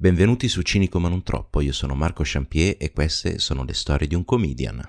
Benvenuti su Cinico ma non troppo, io sono Marco Champier e queste sono le storie di un comedian.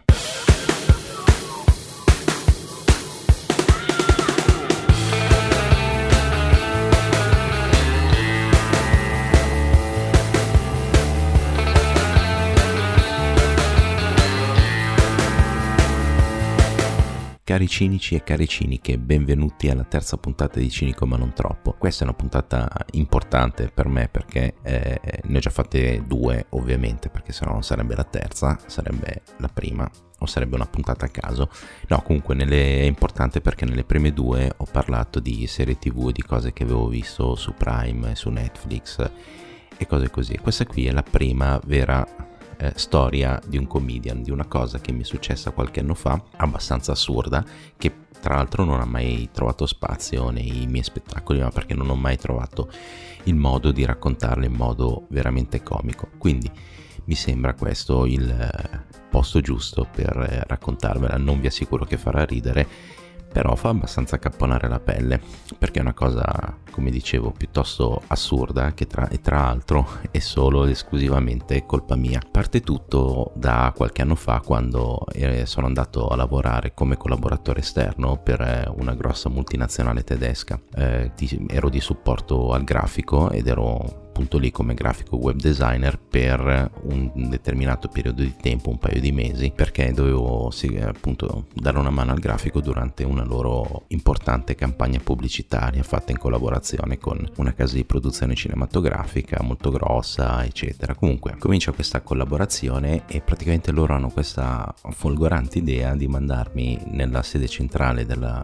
Cari cinici e cari ciniche, benvenuti alla terza puntata di Cinico ma non troppo. Questa è una puntata importante per me perché ne ho già fatte due, ovviamente, perché sennò non sarebbe la terza, sarebbe la prima o sarebbe una puntata a caso. No, comunque è importante perché nelle prime due ho parlato di serie TV e di cose che avevo visto su Prime, su Netflix e cose così. Questa qui è la prima vera storia di un comedian, di una cosa che mi è successa qualche anno fa, abbastanza assurda, che tra l'altro non ha mai trovato spazio nei miei spettacoli, ma perché non ho mai trovato il modo di raccontarla in modo veramente comico. Quindi mi sembra questo il posto giusto per raccontarvela. Non vi assicuro che farà ridere, però fa abbastanza accapponare la pelle, perché è una cosa, come dicevo, piuttosto assurda, che tra l'altro è solo ed esclusivamente colpa mia. Parte tutto da qualche anno fa, quando sono andato a lavorare come collaboratore esterno per una grossa multinazionale tedesca. Ero di supporto al grafico ed ero appunto lì come grafico web designer per un determinato periodo di tempo, un paio di mesi, perché dovevo appunto dare una mano al grafico durante una loro importante campagna pubblicitaria fatta in collaborazione con una casa di produzione cinematografica molto grossa, eccetera. Comunque comincia questa collaborazione e praticamente loro hanno questa folgorante idea di mandarmi nella sede centrale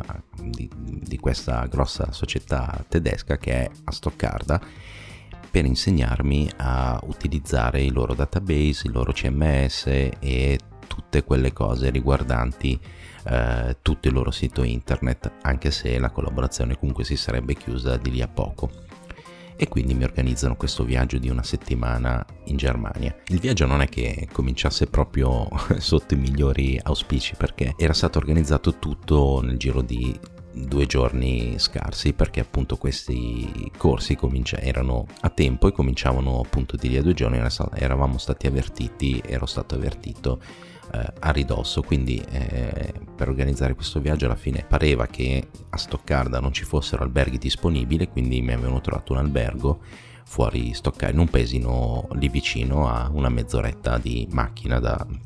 di questa grossa società tedesca che è a Stoccarda, per insegnarmi a utilizzare i loro database, il loro CMS e tutte quelle cose riguardanti tutto il loro sito internet, anche se la collaborazione comunque si sarebbe chiusa di lì a poco. E quindi mi organizzano questo viaggio di una settimana in Germania. Il viaggio non è che cominciasse proprio sotto i migliori auspici, perché era stato organizzato tutto nel giro di 2 giorni scarsi, perché appunto questi corsi erano a tempo e cominciavano appunto di lì a 2 giorni. Ero stato avvertito a ridosso, quindi per organizzare questo viaggio alla fine pareva che a Stoccarda non ci fossero alberghi disponibili, quindi mi avevano trovato un albergo fuori Stoccarda, in un paesino lì vicino, a una mezz'oretta di macchina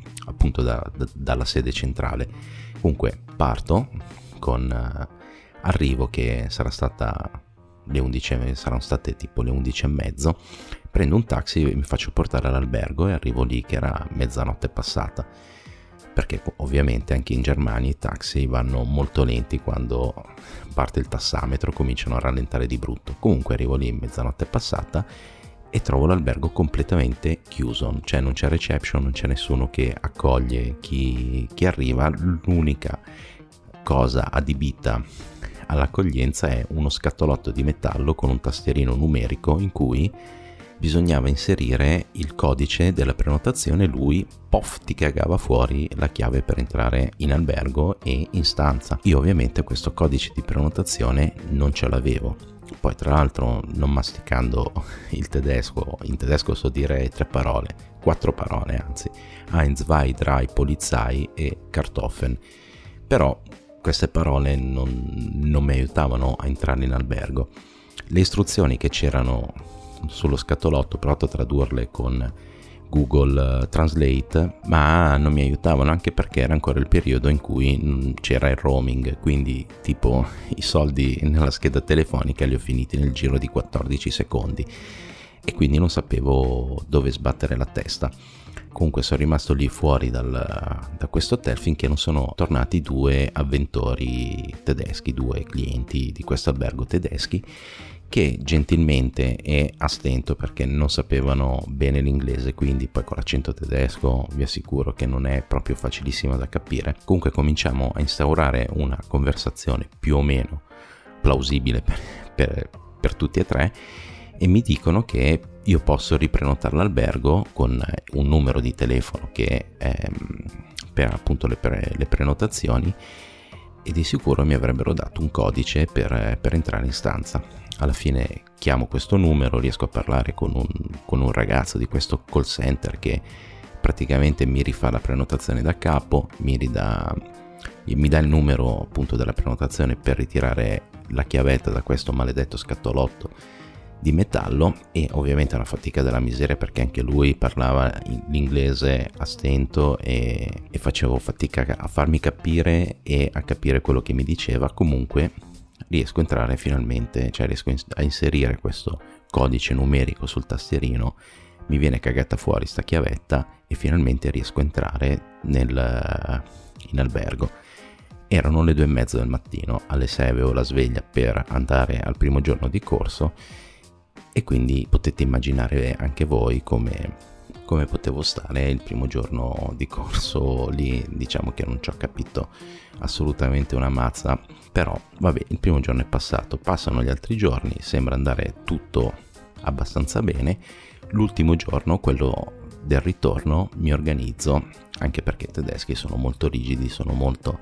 dalla sede centrale. Comunque parto con arrivo che saranno state tipo le 11:30, prendo un taxi e mi faccio portare all'albergo e arrivo lì che era mezzanotte passata, perché ovviamente anche in Germania i taxi vanno molto lenti, quando parte il tassametro cominciano a rallentare di brutto. Comunque arrivo lì mezzanotte passata e trovo l'albergo completamente chiuso, cioè non c'è reception, non c'è nessuno che accoglie chi arriva. L'unica cosa adibita all'accoglienza è uno scatolotto di metallo con un tastierino numerico in cui bisognava inserire il codice della prenotazione. Lui, ti cagava fuori la chiave per entrare in albergo e in stanza. Io ovviamente questo codice di prenotazione non ce l'avevo. Poi tra l'altro, non masticando il tedesco, in tedesco so dire 4 parole anzi: Eins, zwei, drei, Polizei e Kartoffeln. Però queste parole non mi aiutavano a entrare in albergo. Le istruzioni che c'erano sullo scatolotto ho provato a tradurle con Google Translate, ma non mi aiutavano, anche perché era ancora il periodo in cui c'era il roaming, quindi tipo i soldi nella scheda telefonica li ho finiti nel giro di 14 secondi e quindi non sapevo dove sbattere la testa. Comunque sono rimasto lì fuori da questo hotel finché non sono tornati 2 avventori tedeschi, 2 clienti di questo albergo tedeschi, che gentilmente e a stento, perché non sapevano bene l'inglese, quindi poi con l'accento tedesco vi assicuro che non è proprio facilissimo da capire. Comunque cominciamo a instaurare una conversazione più o meno plausibile per tutti e tre, e mi dicono che io posso riprenotare l'albergo con un numero di telefono che è per appunto le prenotazioni, e di sicuro mi avrebbero dato un codice per entrare in stanza. alla fine chiamo questo numero, riesco a parlare con un ragazzo di questo call center che praticamente mi rifà la prenotazione da capo, mi dà il numero appunto della prenotazione per ritirare la chiavetta da questo maledetto scatolotto di metallo, e ovviamente è una fatica della miseria perché anche lui parlava l'inglese a stento e facevo fatica a farmi capire e a capire quello che mi diceva. Comunque riesco a entrare finalmente, cioè riesco a inserire questo codice numerico sul tastierino, mi viene cagata fuori sta chiavetta e finalmente riesco a entrare in albergo. Erano le 2:30 del mattino, alle 6 avevo la sveglia per andare al primo giorno di corso, e quindi potete immaginare anche voi come potevo stare il primo giorno di corso lì. Diciamo che non ci ho capito assolutamente una mazza, però vabbè, il primo giorno è passato, passano gli altri giorni, sembra andare tutto abbastanza bene. L'ultimo giorno, quello del ritorno, mi organizzo, anche perché i tedeschi sono molto rigidi, sono molto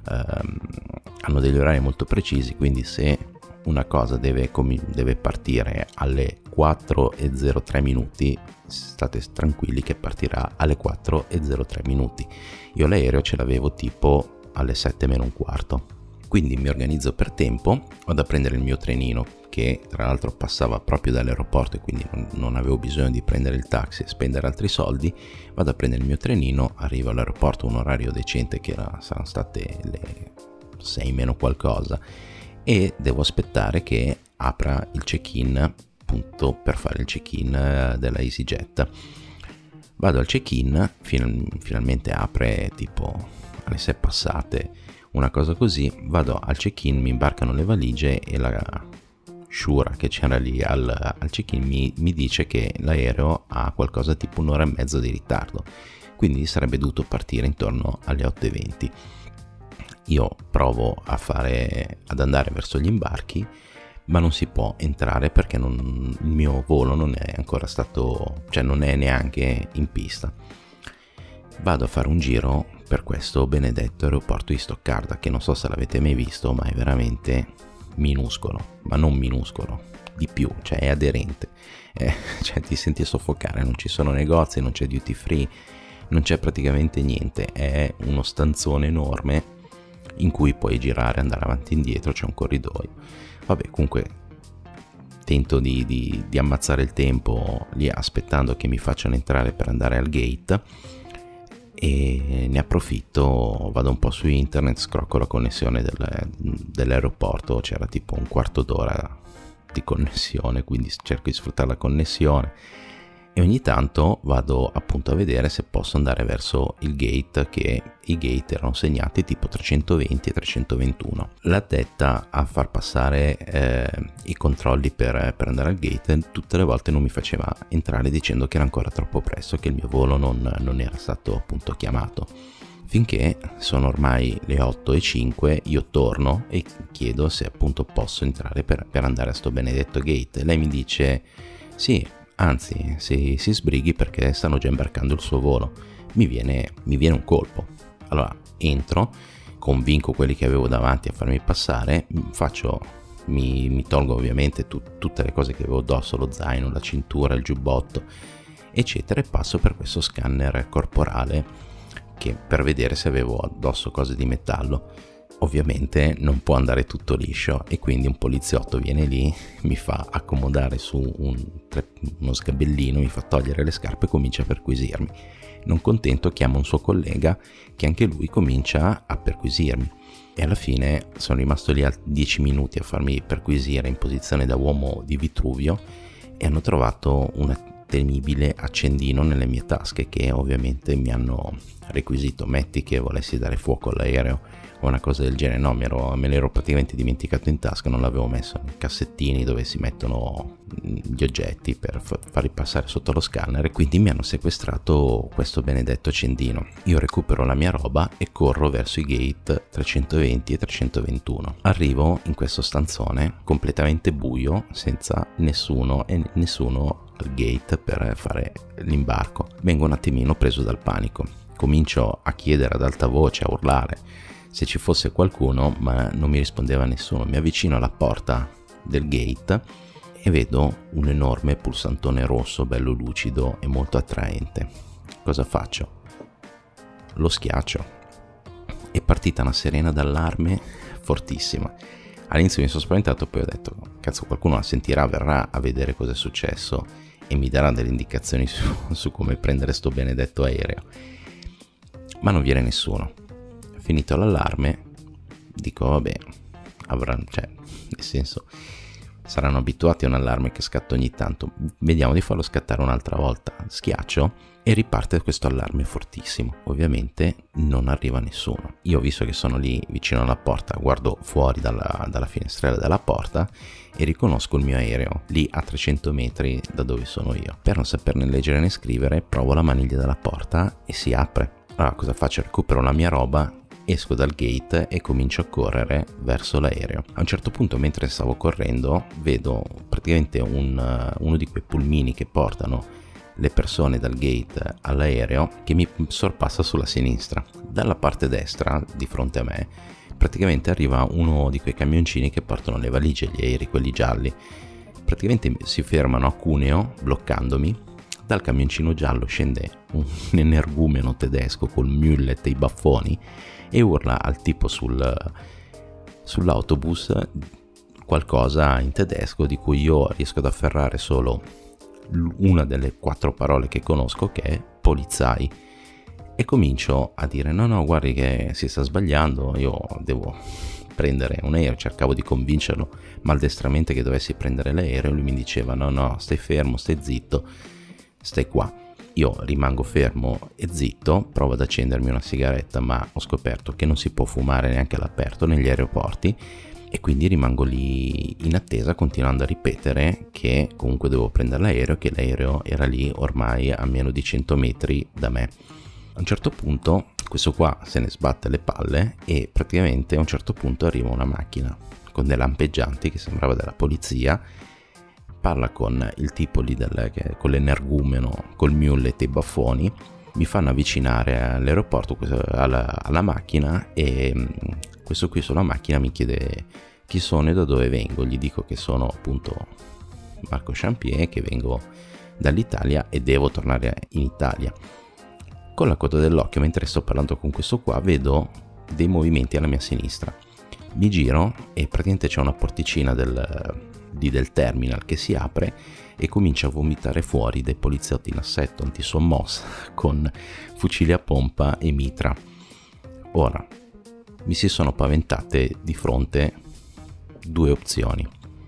hanno degli orari molto precisi, quindi se una cosa deve partire alle 4:03 minuti, state tranquilli che partirà alle 4:03 minuti. Io l'aereo ce l'avevo tipo alle 7 meno un quarto, quindi mi organizzo per tempo, vado a prendere il mio trenino, che tra l'altro passava proprio dall'aeroporto e quindi non avevo bisogno di prendere il taxi e spendere altri soldi. Vado a prendere il mio trenino, arrivo all'aeroporto a un orario decente, che saranno state le 6 meno qualcosa, e devo aspettare che apra il check-in, appunto per fare il check-in della EasyJet. Vado al check-in, finalmente apre tipo alle 6 passate, una cosa così. Vado al check-in, mi imbarcano le valigie e la Shura che c'era lì al check-in mi dice che l'aereo ha qualcosa tipo un'ora e mezza di ritardo, quindi sarebbe dovuto partire intorno alle 8:20. Io provo ad andare verso gli imbarchi, ma non si può entrare perché il mio volo non è ancora stato, cioè non è neanche in pista. Vado a fare un giro per questo benedetto aeroporto di Stoccarda, che non so se l'avete mai visto, ma è veramente minuscolo, ma non minuscolo, di più, cioè è aderente, cioè ti senti soffocare, non ci sono negozi, non c'è duty free, non c'è praticamente niente, è uno stanzone enorme in cui puoi girare, andare avanti e indietro, c'è un corridoio. Vabbè, comunque tento di ammazzare il tempo lì aspettando che mi facciano entrare per andare al gate, e ne approfitto, vado un po' su internet, scrocco la connessione dell'aeroporto, c'era tipo un quarto d'ora di connessione, quindi cerco di sfruttare la connessione, e ogni tanto vado appunto a vedere se posso andare verso il gate, che i gate erano segnati tipo 320 e 321. L'addetta a far passare i controlli per andare al gate tutte le volte non mi faceva entrare, dicendo che era ancora troppo presto, che il mio volo non era stato appunto chiamato. Finché sono ormai le 8:05, io torno e chiedo se appunto posso entrare per andare a sto benedetto gate. Lei mi dice sì, anzi si sbrighi perché stanno già imbarcando il suo volo. Mi viene un colpo. Allora entro, convinco quelli che avevo davanti a farmi passare, mi tolgo ovviamente tutte le cose che avevo addosso, lo zaino, la cintura, il giubbotto eccetera, e passo per questo scanner corporale per vedere se avevo addosso cose di metallo. Ovviamente non può andare tutto liscio, e quindi un poliziotto viene lì, mi fa accomodare su uno sgabellino, mi fa togliere le scarpe e comincia a perquisirmi. Non contento, chiama un suo collega che anche lui comincia a perquisirmi, e alla fine sono rimasto lì 10 minuti a farmi perquisire in posizione da uomo di Vitruvio, e hanno trovato un temibile accendino nelle mie tasche, che ovviamente mi hanno requisito. Metti che volessi dare fuoco all'aereo o una cosa del genere, no, me l'ero praticamente dimenticato in tasca, non l'avevo messo nei cassettini dove si mettono gli oggetti per farli passare sotto lo scanner, e quindi mi hanno sequestrato questo benedetto accendino. Io recupero la mia roba e corro verso i gate 320 e 321. Arrivo in questo stanzone completamente buio, senza nessuno al gate per fare l'imbarco. Vengo un attimino preso dal panico, comincio a chiedere ad alta voce, a urlare se ci fosse qualcuno, ma non mi rispondeva nessuno. Mi avvicino alla porta del gate e vedo un enorme pulsantone rosso bello lucido e molto attraente. Cosa faccio? Lo schiaccio. È partita una sirena d'allarme fortissima. All'inizio mi sono spaventato, poi ho detto cazzo, qualcuno la sentirà, verrà a vedere cosa è successo e mi darà delle indicazioni su come prendere sto benedetto aereo. Ma non viene nessuno. Finito l'allarme dico vabbè, nel senso, saranno abituati a un allarme che scatta ogni tanto, vediamo di farlo scattare un'altra volta. Schiaccio e riparte questo allarme fortissimo. Ovviamente non arriva nessuno. Io, visto che sono lì vicino alla porta, guardo fuori dalla finestrella della porta e riconosco il mio aereo lì a 300 metri da dove sono io. Per non saperne leggere né scrivere, provo la maniglia della porta e si apre. Allora cosa faccio? Recupero la mia roba, esco dal gate e comincio a correre verso l'aereo. A un certo punto, mentre stavo correndo, vedo praticamente uno di quei pulmini che portano le persone dal gate all'aereo che mi sorpassa sulla sinistra. Dalla parte destra, di fronte a me, praticamente arriva uno di quei camioncini che portano le valigie, gli aerei, quelli gialli. Praticamente si fermano a Cuneo bloccandomi. Dal camioncino giallo scende un energumeno tedesco col mullet e i baffoni e urla al tipo sull'autobus qualcosa in tedesco di cui io riesco ad afferrare solo una delle 4 parole che conosco, che è polizai, e comincio a dire no guardi che si sta sbagliando, io devo prendere un aereo. Cercavo di convincerlo maldestramente che dovessi prendere l'aereo. Lui mi diceva no, stai fermo, stai zitto, stai qua. Io rimango fermo e zitto, provo ad accendermi una sigaretta, ma ho scoperto che non si può fumare neanche all'aperto negli aeroporti, e quindi rimango lì in attesa, continuando a ripetere che comunque dovevo prendere l'aereo, che l'aereo era lì ormai a meno di 100 metri da me. A un certo punto questo qua se ne sbatte le palle e praticamente a un certo punto arriva una macchina con dei lampeggianti che sembrava della polizia, parla con il tipo lì con l'energumeno, col mullet e i baffoni, mi fanno avvicinare all'aeroporto, alla macchina, e questo qui sulla macchina mi chiede chi sono e da dove vengo. Gli dico che sono appunto Marco Champier, che vengo dall'Italia e devo tornare in Italia. Con la coda dell'occhio, mentre sto parlando con questo qua, vedo dei movimenti alla mia sinistra. Mi giro e praticamente c'è una porticina del terminal che si apre e comincia a vomitare fuori dei poliziotti in assetto antisommossa con fucili a pompa e mitra. Ora, mi si sono paventate di fronte 2 opzioni.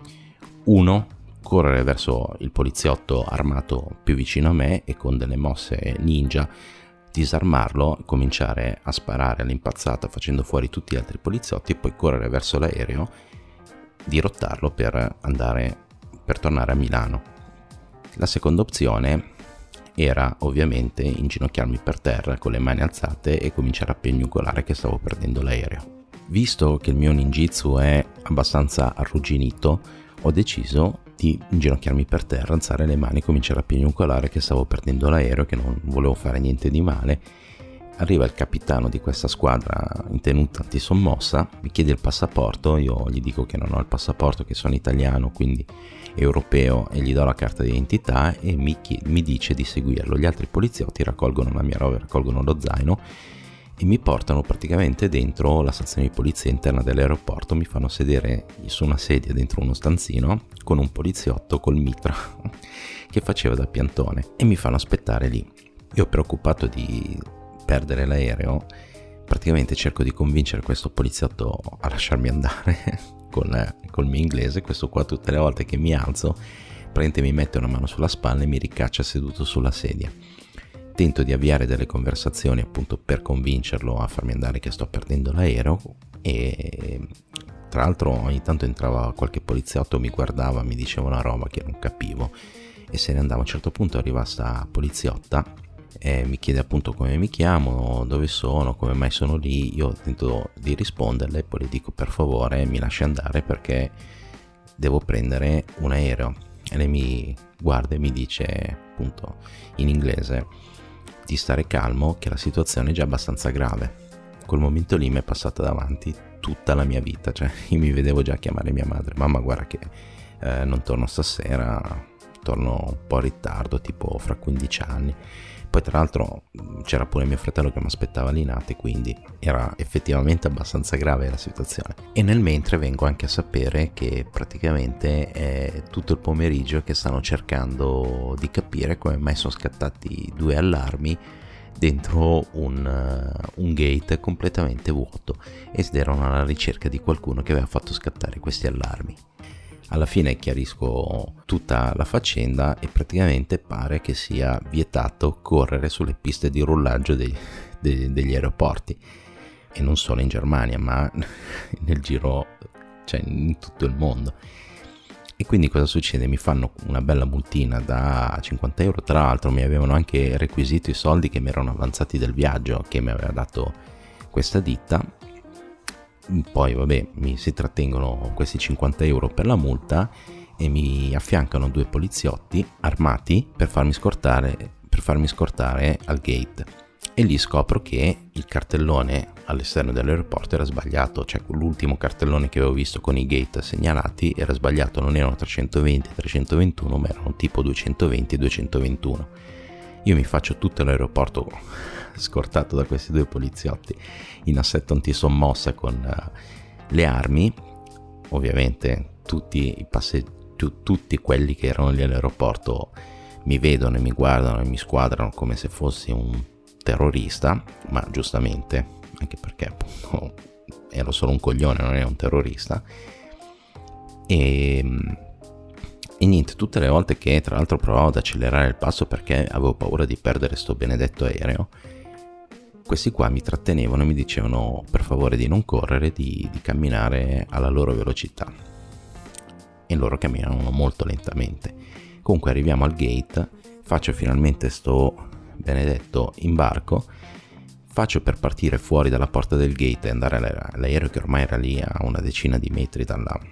1, correre verso il poliziotto armato più vicino a me e con delle mosse ninja disarmarlo, cominciare a sparare all'impazzata facendo fuori tutti gli altri poliziotti e poi correre verso l'aereo, dirottarlo per tornare a Milano. La seconda opzione era ovviamente inginocchiarmi per terra con le mani alzate e cominciare a piagnucolare che stavo perdendo l'aereo. Visto che il mio ninjitsu è abbastanza arrugginito, ho deciso di inginocchiarmi per terra, alzare le mani e cominciare a piagnucolare che stavo perdendo l'aereo, che non volevo fare niente di male. Arriva il capitano di questa squadra in tenuta antisommossa, mi chiede il passaporto, io gli dico che non ho il passaporto, che sono italiano, quindi europeo, e gli do la carta d'identità e mi dice di seguirlo. Gli altri poliziotti raccolgono la mia roba, raccolgono lo zaino e mi portano praticamente dentro la stazione di polizia interna dell'aeroporto. Mi fanno sedere su una sedia dentro uno stanzino con un poliziotto col mitra che faceva da piantone e mi fanno aspettare lì. Io, preoccupato di perdere l'aereo, praticamente cerco di convincere questo poliziotto a lasciarmi andare col mio inglese. Questo qua, tutte le volte che mi alzo, praticamente mi mette una mano sulla spalla e mi ricaccia seduto sulla sedia. Tento di avviare delle conversazioni appunto per convincerlo a farmi andare, che sto perdendo l'aereo, e tra l'altro ogni tanto entrava qualche poliziotto, mi guardava, mi diceva una roba che non capivo e se ne andava. A un certo punto arriva sta poliziotta e mi chiede appunto come mi chiamo, dove sono, come mai sono lì. Io tento di risponderle, poi le dico per favore mi lasci andare perché devo prendere un aereo, e lei mi guarda e mi dice appunto in inglese di stare calmo, che la situazione è già abbastanza grave. In quel momento lì mi è passata davanti tutta la mia vita, cioè io mi vedevo già chiamare mia madre: mamma, guarda che non torno stasera, torno un po' in ritardo, tipo fra 15 anni. Poi tra l'altro c'era pure mio fratello che mi aspettava lì in Ate, quindi era effettivamente abbastanza grave la situazione. E nel mentre vengo anche a sapere che praticamente è tutto il pomeriggio che stanno cercando di capire come mai sono scattati 2 allarmi dentro un gate completamente vuoto, ed erano alla ricerca di qualcuno che aveva fatto scattare questi allarmi. Alla fine chiarisco tutta la faccenda e praticamente pare che sia vietato correre sulle piste di rullaggio degli aeroporti, e non solo in Germania ma nel giro, cioè in tutto il mondo. E quindi cosa succede? Mi fanno una bella multina da 50 euro. Tra l'altro mi avevano anche requisito i soldi che mi erano avanzati del viaggio che mi aveva dato questa ditta. Poi vabbè, mi si trattengono questi 50 euro per la multa e mi affiancano 2 poliziotti armati per farmi scortare al gate. E lì scopro che il cartellone all'esterno dell'aeroporto era sbagliato, cioè l'ultimo cartellone che avevo visto con i gate segnalati era sbagliato, non erano 320 321 ma erano tipo 220 221. Io mi faccio tutto l'aeroporto scortato da questi 2 poliziotti in assetto antisommossa con le armi. Ovviamente tutti quelli che erano lì all'aeroporto mi vedono e mi guardano e mi squadrano come se fossi un terrorista, ma giustamente, anche perché appunto ero solo un coglione, non ero un terrorista. E niente, tutte le volte che tra l'altro provavo ad accelerare il passo perché avevo paura di perdere sto benedetto aereo, questi qua mi trattenevano e mi dicevano per favore di non correre, di camminare alla loro velocità, e loro camminavano molto lentamente. Comunque arriviamo al gate, faccio finalmente sto benedetto imbarco, faccio per partire fuori dalla porta del gate e andare all'aereo che ormai era lì a una decina di metri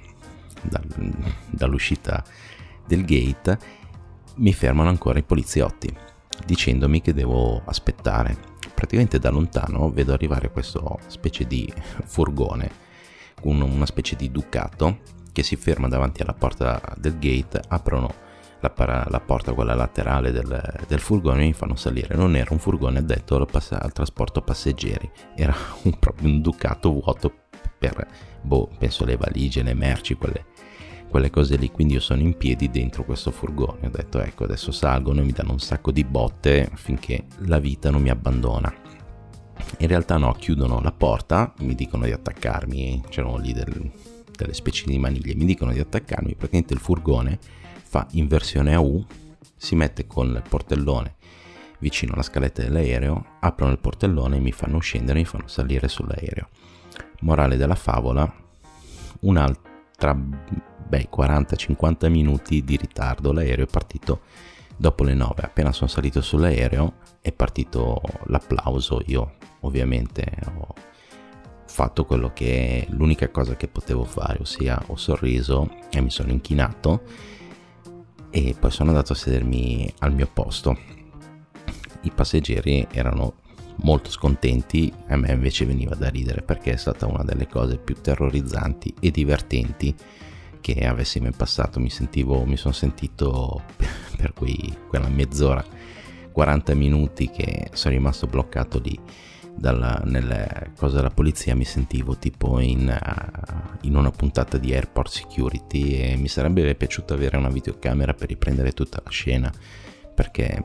dall'uscita del gate. Mi fermano ancora i poliziotti dicendomi che devo aspettare. Praticamente da lontano vedo arrivare questo specie di furgone, una specie di Ducato, che si ferma davanti alla porta del gate, aprono la porta, quella laterale del furgone, e mi fanno salire. Non era un furgone addetto al trasporto passeggeri, era proprio un Ducato vuoto per, penso le valigie, le merci, quelle cose lì. Quindi io sono in piedi dentro questo furgone, ho detto ecco adesso salgono e mi danno un sacco di botte finché la vita non mi abbandona. In realtà no, chiudono la porta, mi dicono di attaccarmi, c'erano lì delle specie di maniglie, mi dicono di attaccarmi. Praticamente il furgone fa inversione a U, si mette con il portellone vicino alla scaletta dell'aereo, aprono il portellone e mi fanno scendere, mi fanno salire sull'aereo. Morale della favola, un'altra 40-50 minuti di ritardo. L'aereo è partito dopo le 9. Appena sono salito sull'aereo è partito l'applauso. Io ovviamente ho fatto quello che è l'unica cosa che potevo fare, ossia ho sorriso e mi sono inchinato e poi sono andato a sedermi al mio posto. I passeggeri erano molto scontenti, a me invece veniva da ridere perché è stata una delle cose più terrorizzanti e divertenti che avessi mai passato. Mi sono sentito per quella mezz'ora, 40 minuti che sono rimasto bloccato lì nelle cose della polizia, mi sentivo tipo in una puntata di Airport Security, e mi sarebbe piaciuto avere una videocamera per riprendere tutta la scena perché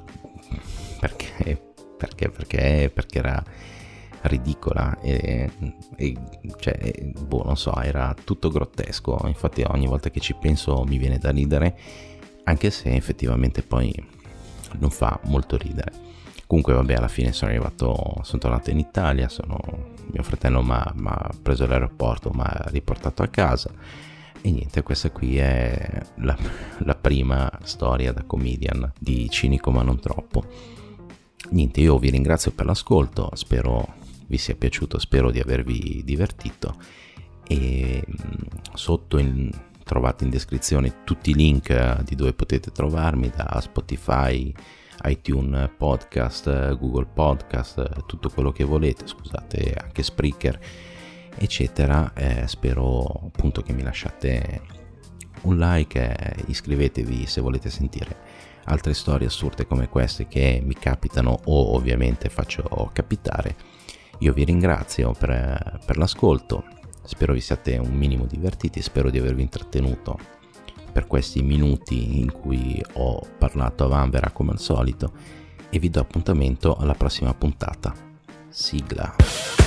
era ridicola e cioè, non so, era tutto grottesco. Infatti ogni volta che ci penso mi viene da ridere, anche se effettivamente poi non fa molto ridere. Comunque vabbè, alla fine sono tornato in Italia, mio fratello mi ha preso all'aeroporto, mi ha riportato a casa, e niente, questa qui è la prima storia da comedian di Cinico ma non troppo. Niente, io vi ringrazio per l'ascolto, spero vi sia piaciuto, spero di avervi divertito, e sotto trovate in descrizione tutti i link di dove potete trovarmi, da Spotify, iTunes Podcast, Google Podcast, tutto quello che volete, scusate, anche Spreaker, eccetera. Spero appunto che mi lasciate un like, iscrivetevi se volete sentire altre storie assurde come queste che mi capitano o ovviamente faccio capitare. Io vi ringrazio per l'ascolto, spero vi siate un minimo divertiti, spero di avervi intrattenuto per questi minuti in cui ho parlato a vanvera come al solito, e vi do appuntamento alla prossima puntata. Sigla.